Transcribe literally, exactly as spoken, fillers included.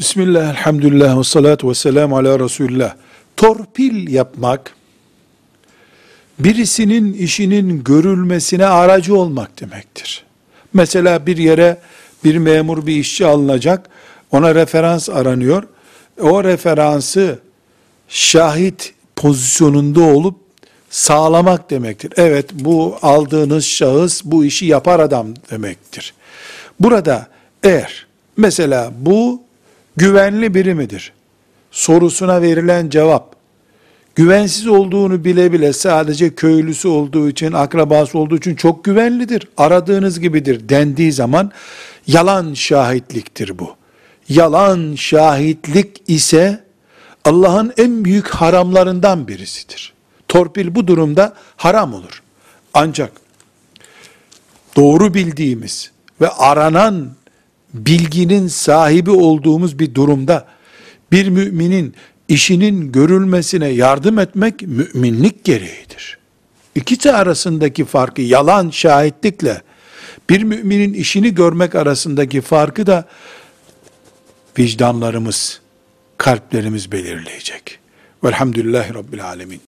Bismillah, elhamdülillah, ve salatu ve selamu ala Resulullah. Torpil yapmak, birisinin işinin görülmesine aracı olmak demektir. Mesela bir yere bir memur, bir işçi alınacak, ona referans aranıyor. O referansı şahit pozisyonunda olup sağlamak demektir. Evet, bu aldığınız şahıs bu işi yapar adam demektir. Burada eğer mesela bu güvenli biri midir sorusuna verilen cevap, güvensiz olduğunu bile bile sadece köylüsü olduğu için, akrabası olduğu için çok güvenlidir, aradığınız gibidir dendiği zaman yalan şahitliktir bu. Yalan şahitlik ise Allah'ın en büyük haramlarından birisidir. Torpil bu durumda haram olur. Ancak doğru bildiğimiz ve aranan bilginin sahibi olduğumuz bir durumda bir müminin işinin görülmesine yardım etmek müminlik gereğidir. İkisi arasındaki farkı, yalan şahitlikle bir müminin işini görmek arasındaki farkı da vicdanlarımız, kalplerimiz belirleyecek. Velhamdülillahi Rabbil Alemin.